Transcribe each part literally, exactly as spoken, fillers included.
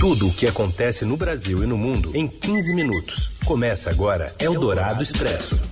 Tudo o que acontece no Brasil e no mundo em quinze minutos. Começa agora Eldorado Expresso.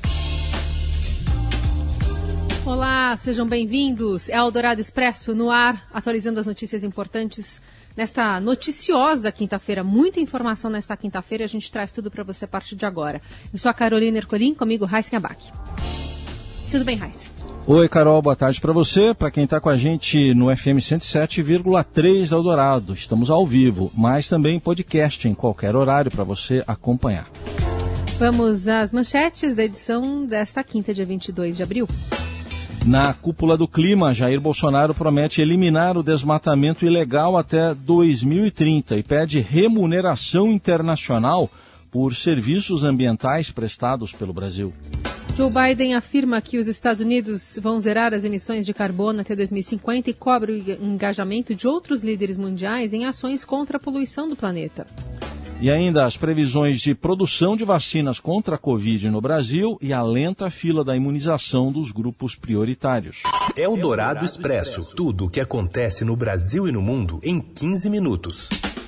Olá, sejam bem-vindos. Eldorado Expresso no ar, atualizando as notícias importantes nesta noticiosa quinta-feira. Muita informação nesta quinta-feira, a gente traz tudo para você a partir de agora. Eu sou a Carolina Ercolim, comigo Raíssen Abac. Tudo bem, Raíssen? Oi, Carol, boa tarde para você, para quem está com a gente no F M cento e sete vírgula três Eldorado. Estamos ao vivo, mas também podcast em qualquer horário para você acompanhar. Vamos às manchetes da edição desta quinta, dia vinte e dois de abril. Na cúpula do clima, Jair Bolsonaro promete eliminar o desmatamento ilegal até dois mil e trinta e pede remuneração internacional por serviços ambientais prestados pelo Brasil. Joe Biden afirma que os Estados Unidos vão zerar as emissões de carbono até dois mil e cinquenta e cobra o engajamento de outros líderes mundiais em ações contra a poluição do planeta. E ainda as previsões de produção de vacinas contra a Covid no Brasil e a lenta fila da imunização dos grupos prioritários. Eldorado Expresso. Tudo o que acontece no Brasil e no mundo em quinze minutos.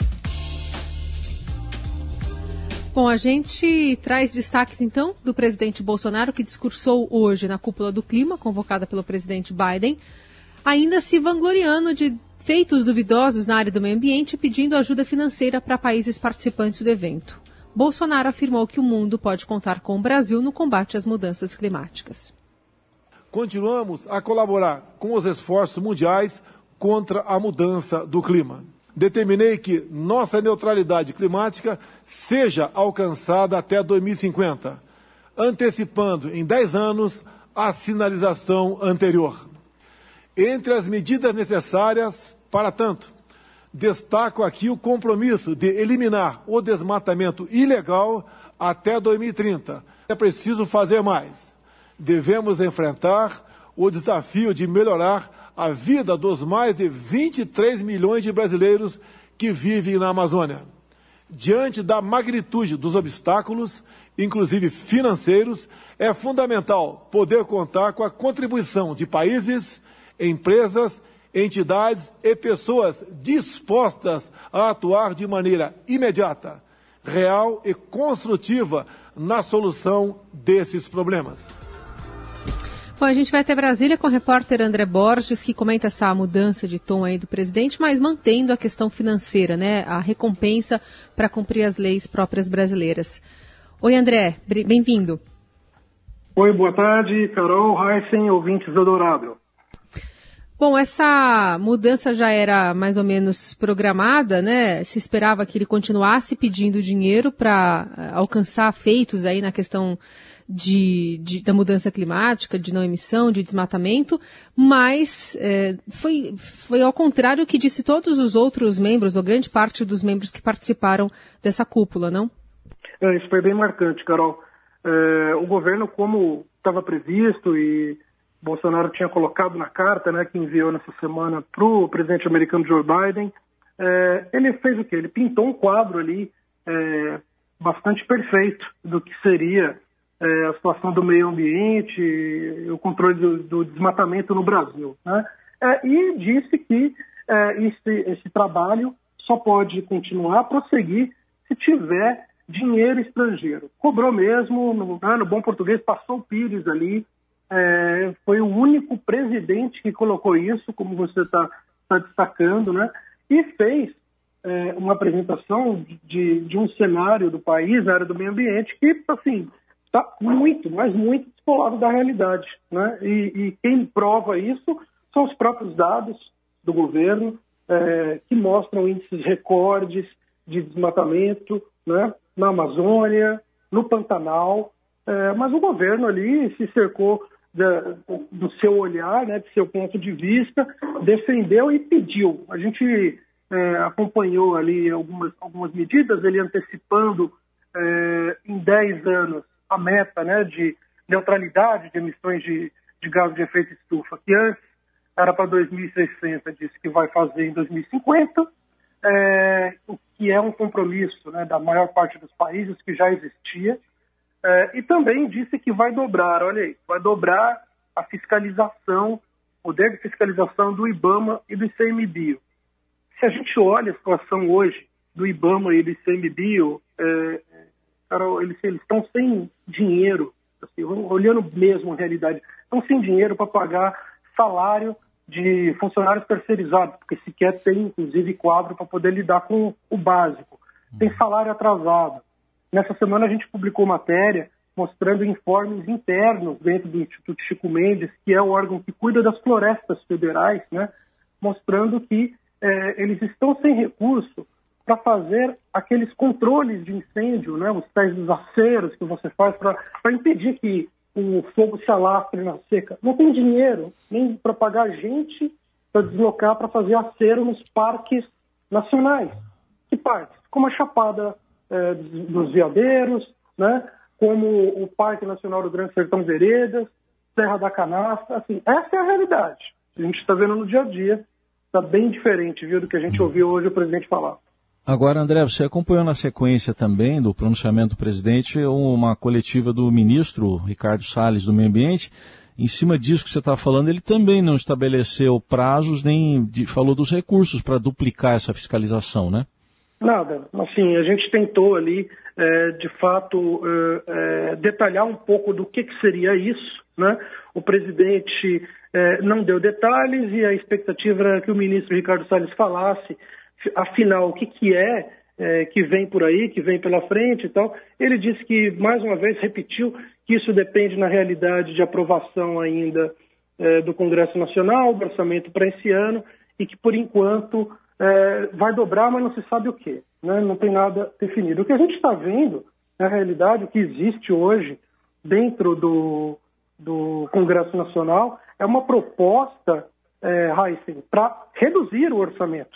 Bom, a gente traz destaques, então, do presidente Bolsonaro, que discursou hoje na cúpula do clima, convocada pelo presidente Biden, ainda se vangloriando de feitos duvidosos na área do meio ambiente, pedindo ajuda financeira para países participantes do evento. Bolsonaro afirmou que o mundo pode contar com o Brasil no combate às mudanças climáticas. Continuamos a colaborar com os esforços mundiais contra a mudança do clima. Determinei que nossa neutralidade climática seja alcançada até dois mil e cinquenta, antecipando em dez anos a sinalização anterior. Entre as medidas necessárias para tanto, destaco aqui o compromisso de eliminar o desmatamento ilegal até dois mil e trinta. É preciso fazer mais. Devemos enfrentar o desafio de melhorar a vida dos mais de vinte e três milhões de brasileiros que vivem na Amazônia. Diante da magnitude dos obstáculos, inclusive financeiros, é fundamental poder contar com a contribuição de países, empresas, entidades e pessoas dispostas a atuar de maneira imediata, real e construtiva na solução desses problemas. Bom, a gente vai até Brasília com o repórter André Borges, que comenta essa mudança de tom aí do presidente, mas mantendo a questão financeira, né? A recompensa para cumprir as leis próprias brasileiras. Oi, André, bem-vindo. Oi, boa tarde, Carol, Raíssen, ouvintes do Eldorado. Bom, essa mudança já era mais ou menos programada, né? Se esperava que ele continuasse pedindo dinheiro para alcançar feitos aí na questão De, de, da mudança climática, de não emissão, de desmatamento, mas é, foi, foi ao contrário que disse todos os outros membros, ou grande parte dos membros que participaram dessa cúpula, não? É, isso foi bem marcante, Carol. É, o governo, como estava previsto e Bolsonaro tinha colocado na carta, né, que enviou nessa semana para o presidente americano Joe Biden, é, ele fez o quê? Ele pintou um quadro ali é, bastante perfeito do que seria É, a situação do meio ambiente, o controle do, do desmatamento no Brasil, né? É, e disse que é, esse, esse trabalho só pode continuar, prosseguir, se tiver dinheiro estrangeiro. Cobrou mesmo, no, né, no bom português, passou o Pires ali, é, foi o único presidente que colocou isso, como você está tá destacando, né? E fez é, uma apresentação de, de um cenário do país, na área do meio ambiente, que, assim, está muito, mas muito descolado da realidade, né? E, e quem prova isso são os próprios dados do governo, é, que mostram índices recordes de desmatamento, né? Na Amazônia, no Pantanal, é, mas o governo ali se cercou da, do seu olhar, né, do seu ponto de vista, defendeu e pediu. A gente é, acompanhou ali algumas, algumas medidas, ele antecipando é, em dez anos a meta, né, de neutralidade de emissões de, de gases de efeito de estufa, que antes era para dois mil e sessenta, disse que vai fazer em dois mil e cinquenta, é, o que é um compromisso, né, da maior parte dos países que já existia, é, e também disse que vai dobrar, olha aí, vai dobrar a fiscalização, o poder de fiscalização do IBAMA e do ICMBio. Se a gente olha a situação hoje do IBAMA e do I C M Bio, é, Carol, eles estão sem dinheiro, assim, olhando mesmo a realidade, estão sem dinheiro para pagar salário de funcionários terceirizados, porque sequer tem, inclusive, quadro para poder lidar com o básico. Tem salário atrasado. Nessa semana a gente publicou matéria mostrando informes internos dentro do Instituto Chico Mendes, que é o órgão que cuida das florestas federais, né, mostrando que é, eles estão sem recurso para fazer aqueles controles de incêndio, né, os tais dos aceros que você faz para impedir que o fogo se alastre na seca. Não tem dinheiro nem para pagar gente para deslocar para fazer acero nos parques nacionais. Que parques? Como a Chapada é, dos Veadeiros, né, como o Parque Nacional do Grande Sertão Veredas, Serra da Canastra, assim, essa é a realidade. A gente está vendo no dia a dia, está bem diferente, viu, do que a gente ouviu hoje o presidente falar. Agora, André, você acompanhou na sequência também do pronunciamento do presidente uma coletiva do ministro Ricardo Salles do Meio Ambiente. Em cima disso que você está falando, ele também não estabeleceu prazos nem de, falou dos recursos para duplicar essa fiscalização, né? Nada. Assim, a gente tentou ali, é, de fato, é, é, detalhar um pouco do que, que seria isso, né? O presidente é, não deu detalhes e a expectativa era que o ministro Ricardo Salles falasse, afinal, o que, que é, é que vem por aí, que vem pela frente e tal. Ele disse que, mais uma vez, repetiu que isso depende, na realidade, de aprovação ainda é, do Congresso Nacional, do orçamento para esse ano, e que, por enquanto, é, vai dobrar, mas não se sabe o quê, né? Não tem nada definido. O que a gente está vendo, na realidade, o que existe hoje dentro do, do Congresso Nacional é uma proposta, é, Heisen, para reduzir o orçamento.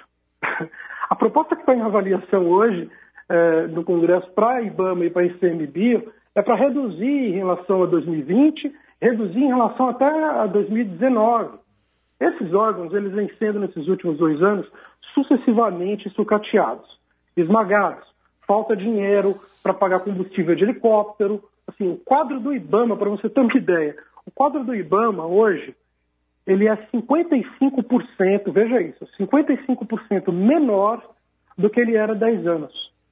A proposta que está em avaliação hoje é, no Congresso para a IBAMA e para a I C M Bio é para reduzir em relação a dois mil e vinte, reduzir em relação até a dois mil e dezenove. Esses órgãos, eles vêm sendo, nesses últimos dois anos, sucessivamente sucateados, esmagados. Falta dinheiro para pagar combustível de helicóptero. Assim, o quadro do IBAMA, para você ter uma ideia, o quadro do IBAMA hoje, ele é cinquenta e cinco por cento, veja isso, cinquenta e cinco por cento menor do que ele era há dez anos.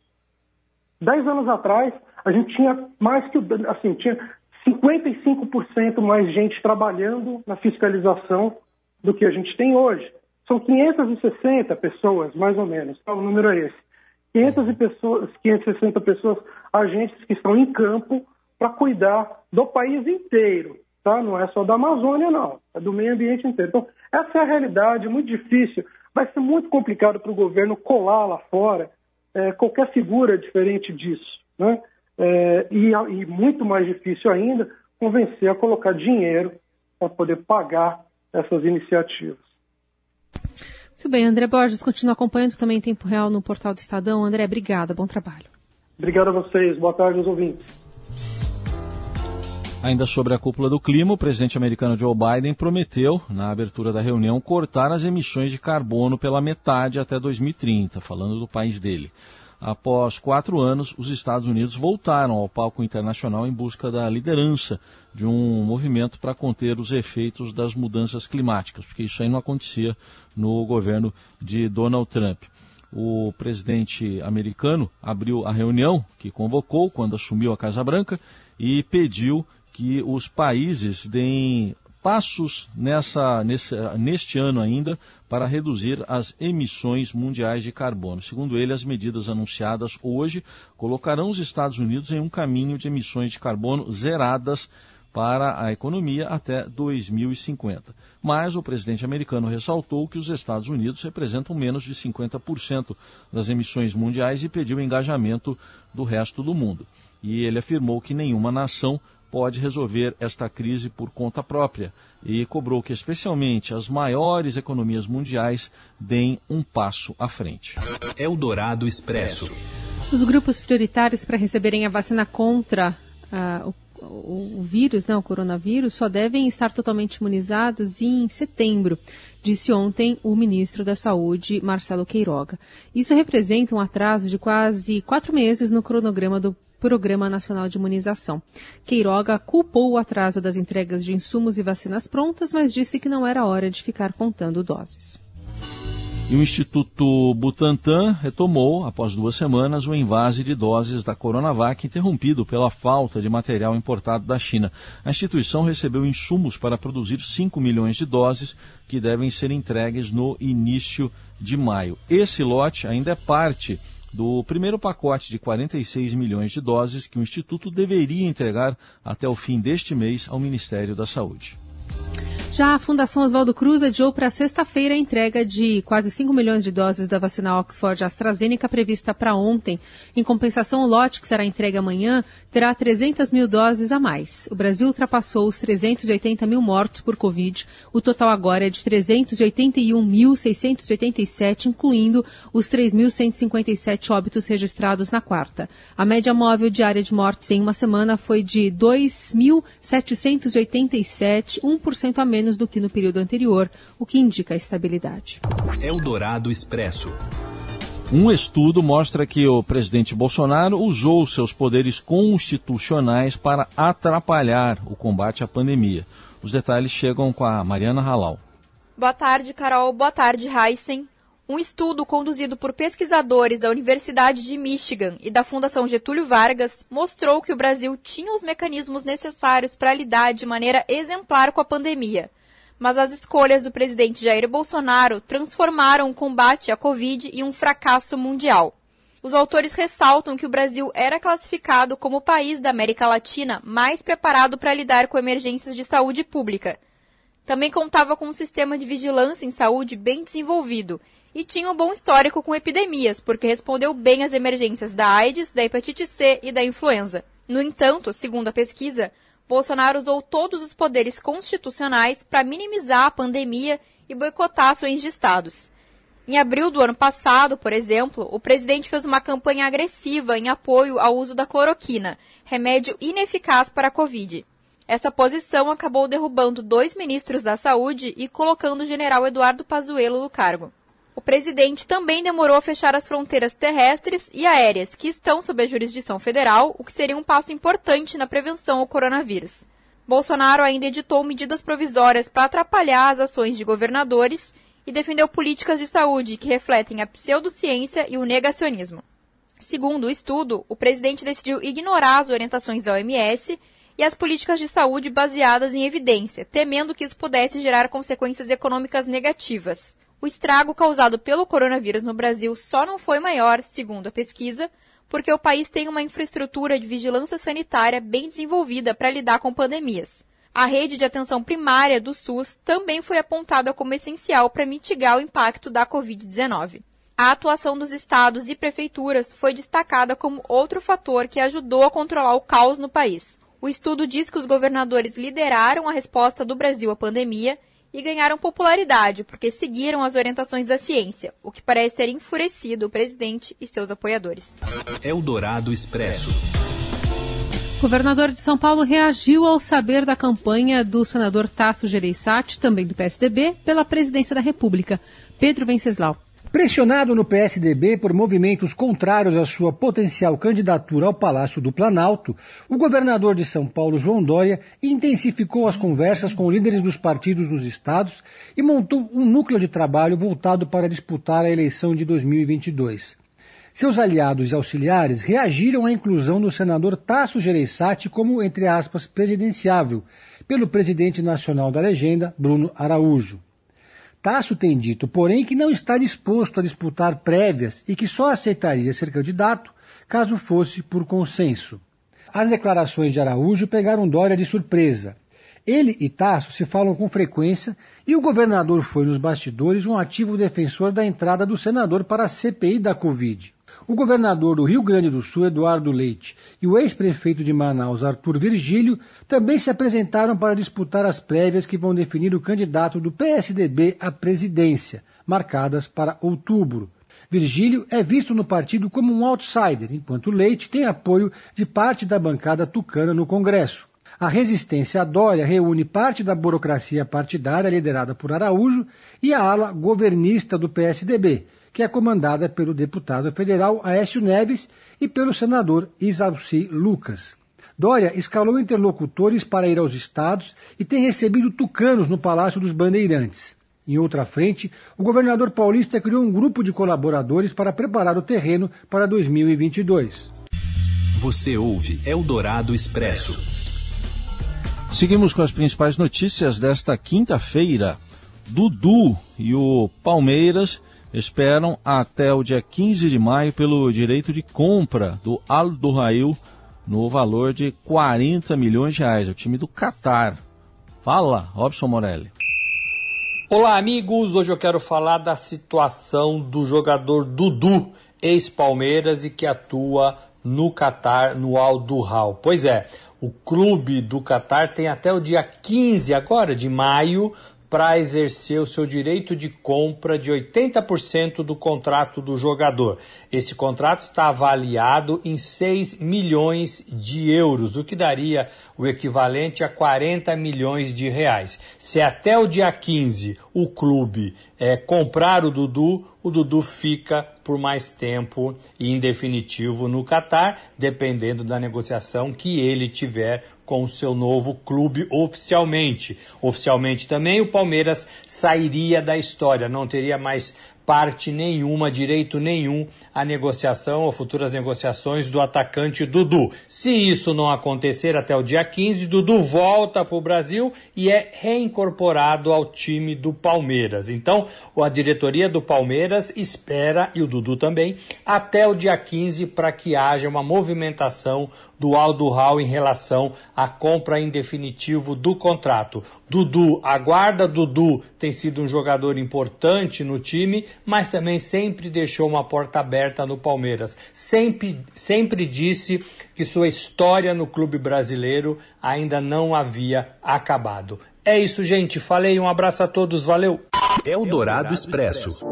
dez anos atrás, a gente tinha mais que, assim, tinha cinquenta e cinco por cento mais gente trabalhando na fiscalização do que a gente tem hoje. São quinhentas e sessenta pessoas, mais ou menos, o número é esse. quinhentas e pessoas, quinhentas e sessenta pessoas, agentes que estão em campo para cuidar do país inteiro. Tá? Não é só da Amazônia, não. É do meio ambiente inteiro. Então, essa é a realidade, muito difícil. Vai ser muito complicado para o governo colar lá fora é, qualquer figura diferente disso, né? É, e, e muito mais difícil ainda convencer a colocar dinheiro para poder pagar essas iniciativas. Muito bem, André Borges continua acompanhando também em tempo real no portal do Estadão. André, obrigada, bom trabalho. Obrigado a vocês, boa tarde aos ouvintes. Ainda sobre a cúpula do clima, o presidente americano Joe Biden prometeu, na abertura da reunião, cortar as emissões de carbono pela metade até dois mil e trinta, falando do país dele. Após quatro anos, os Estados Unidos voltaram ao palco internacional em busca da liderança de um movimento para conter os efeitos das mudanças climáticas, porque isso aí não acontecia no governo de Donald Trump. O presidente americano abriu a reunião que convocou quando assumiu a Casa Branca e pediu que os países deem passos nessa, nesse, neste ano ainda para reduzir as emissões mundiais de carbono. Segundo ele, as medidas anunciadas hoje colocarão os Estados Unidos em um caminho de emissões de carbono zeradas para a economia até dois mil e cinquenta. Mas o presidente americano ressaltou que os Estados Unidos representam menos de cinquenta por cento das emissões mundiais e pediu engajamento do resto do mundo. E ele afirmou que nenhuma nação pode resolver esta crise por conta própria e cobrou que especialmente as maiores economias mundiais deem um passo à frente. Eldorado Expresso. Os grupos prioritários para receberem a vacina contra uh, o, o, o vírus, né, o coronavírus, só devem estar totalmente imunizados em setembro, disse ontem o ministro da Saúde, Marcelo Queiroga. Isso representa um atraso de quase quatro meses no cronograma do Programa Nacional de Imunização. Queiroga culpou o atraso das entregas de insumos e vacinas prontas, mas disse que não era hora de ficar contando doses. E o Instituto Butantan retomou, após duas semanas, o envase de doses da Coronavac interrompido pela falta de material importado da China. A instituição recebeu insumos para produzir cinco milhões de doses que devem ser entregues no início de maio. Esse lote ainda é parte do primeiro pacote de quarenta e seis milhões de doses que o Instituto deveria entregar até o fim deste mês ao Ministério da Saúde. Já a Fundação Oswaldo Cruz adiou para sexta-feira a entrega de quase cinco milhões de doses da vacina Oxford AstraZeneca prevista para ontem. Em compensação, o lote que será entregue amanhã terá trezentas mil doses a mais. O Brasil ultrapassou os trezentos e oitenta mil mortos por Covid. O total agora é de trezentos e oitenta e um mil, seiscentos e oitenta e sete, incluindo os três mil cento e cinquenta e sete óbitos registrados na quarta. A média móvel diária de mortes em uma semana foi de dois mil setecentos e oitenta e sete, um por cento a menos do que no período anterior, o que indica a estabilidade. Eldorado Expresso. Um estudo mostra que o presidente Bolsonaro usou seus poderes constitucionais para atrapalhar o combate à pandemia. Os detalhes chegam com a Mariana Halal. Boa tarde, Carol. Boa tarde, Heisen. Um estudo conduzido por pesquisadores da Universidade de Michigan e da Fundação Getúlio Vargas mostrou que o Brasil tinha os mecanismos necessários para lidar de maneira exemplar com a pandemia. Mas as escolhas do presidente Jair Bolsonaro transformaram o combate à Covid em um fracasso mundial. Os autores ressaltam que o Brasil era classificado como o país da América Latina mais preparado para lidar com emergências de saúde pública. Também contava com um sistema de vigilância em saúde bem desenvolvido e tinha um bom histórico com epidemias, porque respondeu bem às emergências da AIDS, da hepatite C e da influenza. No entanto, segundo a pesquisa, Bolsonaro usou todos os poderes constitucionais para minimizar a pandemia e boicotar ações de estados. Em abril do ano passado, por exemplo, o presidente fez uma campanha agressiva em apoio ao uso da cloroquina, remédio ineficaz para a Covid. Essa posição acabou derrubando dois ministros da Saúde e colocando o general Eduardo Pazuello no cargo. O presidente também demorou a fechar as fronteiras terrestres e aéreas, que estão sob a jurisdição federal, o que seria um passo importante na prevenção ao coronavírus. Bolsonaro ainda editou medidas provisórias para atrapalhar as ações de governadores e defendeu políticas de saúde que refletem a pseudociência e o negacionismo. Segundo o estudo, o presidente decidiu ignorar as orientações da O M S e as políticas de saúde baseadas em evidência, temendo que isso pudesse gerar consequências econômicas negativas. O estrago causado pelo coronavírus no Brasil só não foi maior, segundo a pesquisa, porque o país tem uma infraestrutura de vigilância sanitária bem desenvolvida para lidar com pandemias. A rede de atenção primária do SUS também foi apontada como essencial para mitigar o impacto da covid dezenove. A atuação dos estados e prefeituras foi destacada como outro fator que ajudou a controlar o caos no país. O estudo diz que os governadores lideraram a resposta do Brasil à pandemia e ganharam popularidade porque seguiram as orientações da ciência, o que parece ter enfurecido o presidente e seus apoiadores. Eldorado Expresso. O governador de São Paulo reagiu ao saber da campanha do senador Tasso Gereissati, também do P S D B, pela presidência da República. Pedro Venceslau. Pressionado no P S D B por movimentos contrários à sua potencial candidatura ao Palácio do Planalto, o governador de São Paulo, João Dória, intensificou as conversas com líderes dos partidos nos estados e montou um núcleo de trabalho voltado para disputar a eleição de dois mil e vinte e dois. Seus aliados e auxiliares reagiram à inclusão do senador Tasso Gereissati como, entre aspas, presidenciável, pelo presidente nacional da legenda, Bruno Araújo. Tasso tem dito, porém, que não está disposto a disputar prévias e que só aceitaria ser candidato caso fosse por consenso. As declarações de Araújo pegaram Dória de surpresa. Ele e Tasso se falam com frequência e o governador foi nos bastidores um ativo defensor da entrada do senador para a C P I da Covid. O governador do Rio Grande do Sul, Eduardo Leite, e o ex-prefeito de Manaus, Arthur Virgílio, também se apresentaram para disputar as prévias que vão definir o candidato do P S D B à presidência, marcadas para outubro. Virgílio é visto no partido como um outsider, enquanto Leite tem apoio de parte da bancada tucana no Congresso. A resistência a Dória reúne parte da burocracia partidária liderada por Araújo e a ala governista do P S D B, que é comandada pelo deputado federal Aécio Neves e pelo senador Isalci Lucas. Dória escalou interlocutores para ir aos estados e tem recebido tucanos no Palácio dos Bandeirantes. Em outra frente, o governador paulista criou um grupo de colaboradores para preparar o terreno para dois mil e vinte e dois. Você ouve Eldorado Expresso. Seguimos com as principais notícias desta quinta-feira. Dudu e o Palmeiras esperam até o dia quinze de maio pelo direito de compra do Al Duhail no valor de quarenta milhões de reais. É o time do Catar. Fala, Robson Morelli. Olá, amigos. Hoje eu quero falar da situação do jogador Dudu, ex-Palmeiras e que atua no Catar, no Al Duhail. Pois é, o clube do Catar tem até o dia quinze agora de maio para exercer o seu direito de compra de oitenta por cento do contrato do jogador. Esse contrato está avaliado em seis milhões de euros, o que daria o equivalente a quarenta milhões de reais. Se até o dia quinze o clube é, comprar o Dudu, o Dudu fica por mais tempo e em definitivo no Catar, dependendo da negociação que ele tiver com o seu novo clube oficialmente. Oficialmente também o Palmeiras sairia da história, não teria mais parte nenhuma, direito nenhum à negociação ou futuras negociações do atacante Dudu. Se isso não acontecer até o dia quinze, Dudu volta para o Brasil e é reincorporado ao time do Palmeiras. Então, a diretoria do Palmeiras espera, e o Dudu também, até o dia quinze para que haja uma movimentação do Al Duhail em relação à compra em definitivo do contrato. Dudu, a guarda Dudu tem sido um jogador importante no time, mas também sempre deixou uma porta aberta no Palmeiras. Sempre, sempre disse que sua história no clube brasileiro ainda não havia acabado. É isso, gente. Falei, um abraço a todos, valeu! Eldorado Expresso.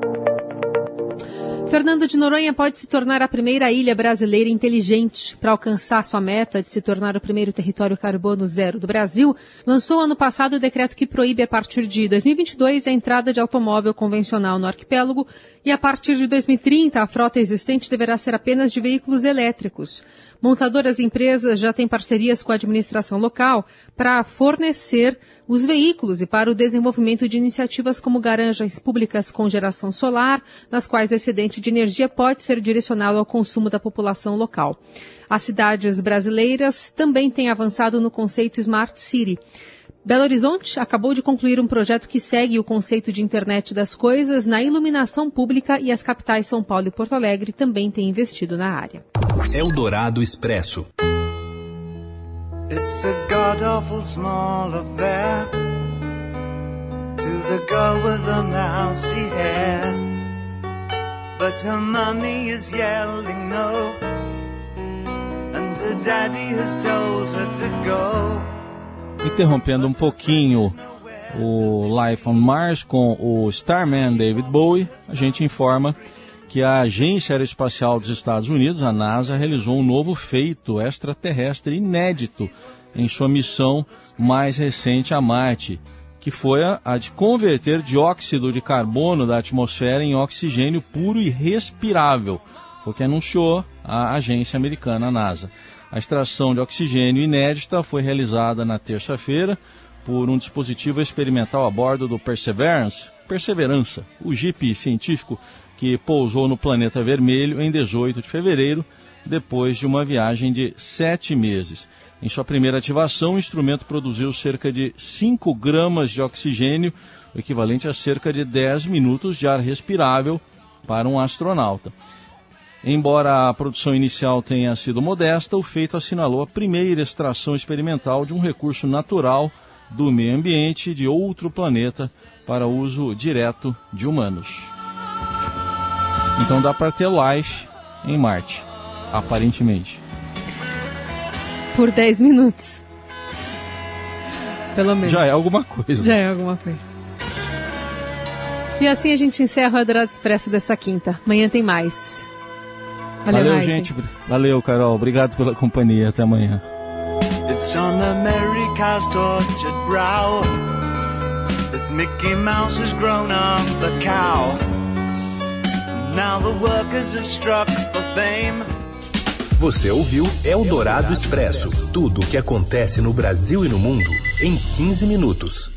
Fernando de Noronha pode se tornar a primeira ilha brasileira inteligente. Para alcançar sua meta de se tornar o primeiro território carbono zero do Brasil, lançou ano passado o decreto que proíbe a partir de dois mil e vinte e dois a entrada de automóvel convencional no arquipélago e a partir de dois mil e trinta a frota existente deverá ser apenas de veículos elétricos. Montadoras e empresas já têm parcerias com a administração local para fornecer os veículos e para o desenvolvimento de iniciativas como garagens públicas com geração solar, nas quais o excedente de energia pode ser direcionado ao consumo da população local. As cidades brasileiras também têm avançado no conceito Smart City. Belo Horizonte acabou de concluir um projeto que segue o conceito de internet das coisas na iluminação pública e as capitais São Paulo e Porto Alegre também têm investido na área. Eldorado Expresso. It's a god-awful small affair to the girl with the mousy hair, but her mommy is yelling no, and her daddy has told her to go. Interrompendo um pouquinho o Life on Mars com o Starman David Bowie, a gente informa que a Agência Aeroespacial dos Estados Unidos, a NASA, realizou um novo feito extraterrestre inédito em sua missão mais recente a Marte, que foi a, a de converter dióxido de carbono da atmosfera em oxigênio puro e respirável, o que anunciou a agência americana, a NASA. A extração de oxigênio inédita foi realizada na terça-feira por um dispositivo experimental a bordo do Perseverance, Perseverança, o jipe científico que pousou no planeta vermelho em dezoito de fevereiro, depois de uma viagem de sete meses. Em sua primeira ativação, o instrumento produziu cerca de cinco gramas de oxigênio, o equivalente a cerca de dez minutos de ar respirável para um astronauta. Embora a produção inicial tenha sido modesta, o feito assinalou a primeira extração experimental de um recurso natural do meio ambiente de outro planeta para uso direto de humanos. Então dá para ter life em Marte, aparentemente. Por dez minutos. Pelo menos. Já é alguma coisa. Já é alguma coisa. E assim a gente encerra o Eldorado Expresso dessa quinta. Amanhã tem mais. Valeu, Valeu mais, gente. Hein? Valeu, Carol. Obrigado pela companhia. Até amanhã. It's on America's tortured brow that Mickey Mouse has grown up a cow. Now the workers have struck for fame. Você ouviu Eldorado Expresso. Tudo o que acontece no Brasil e no mundo em quinze minutos.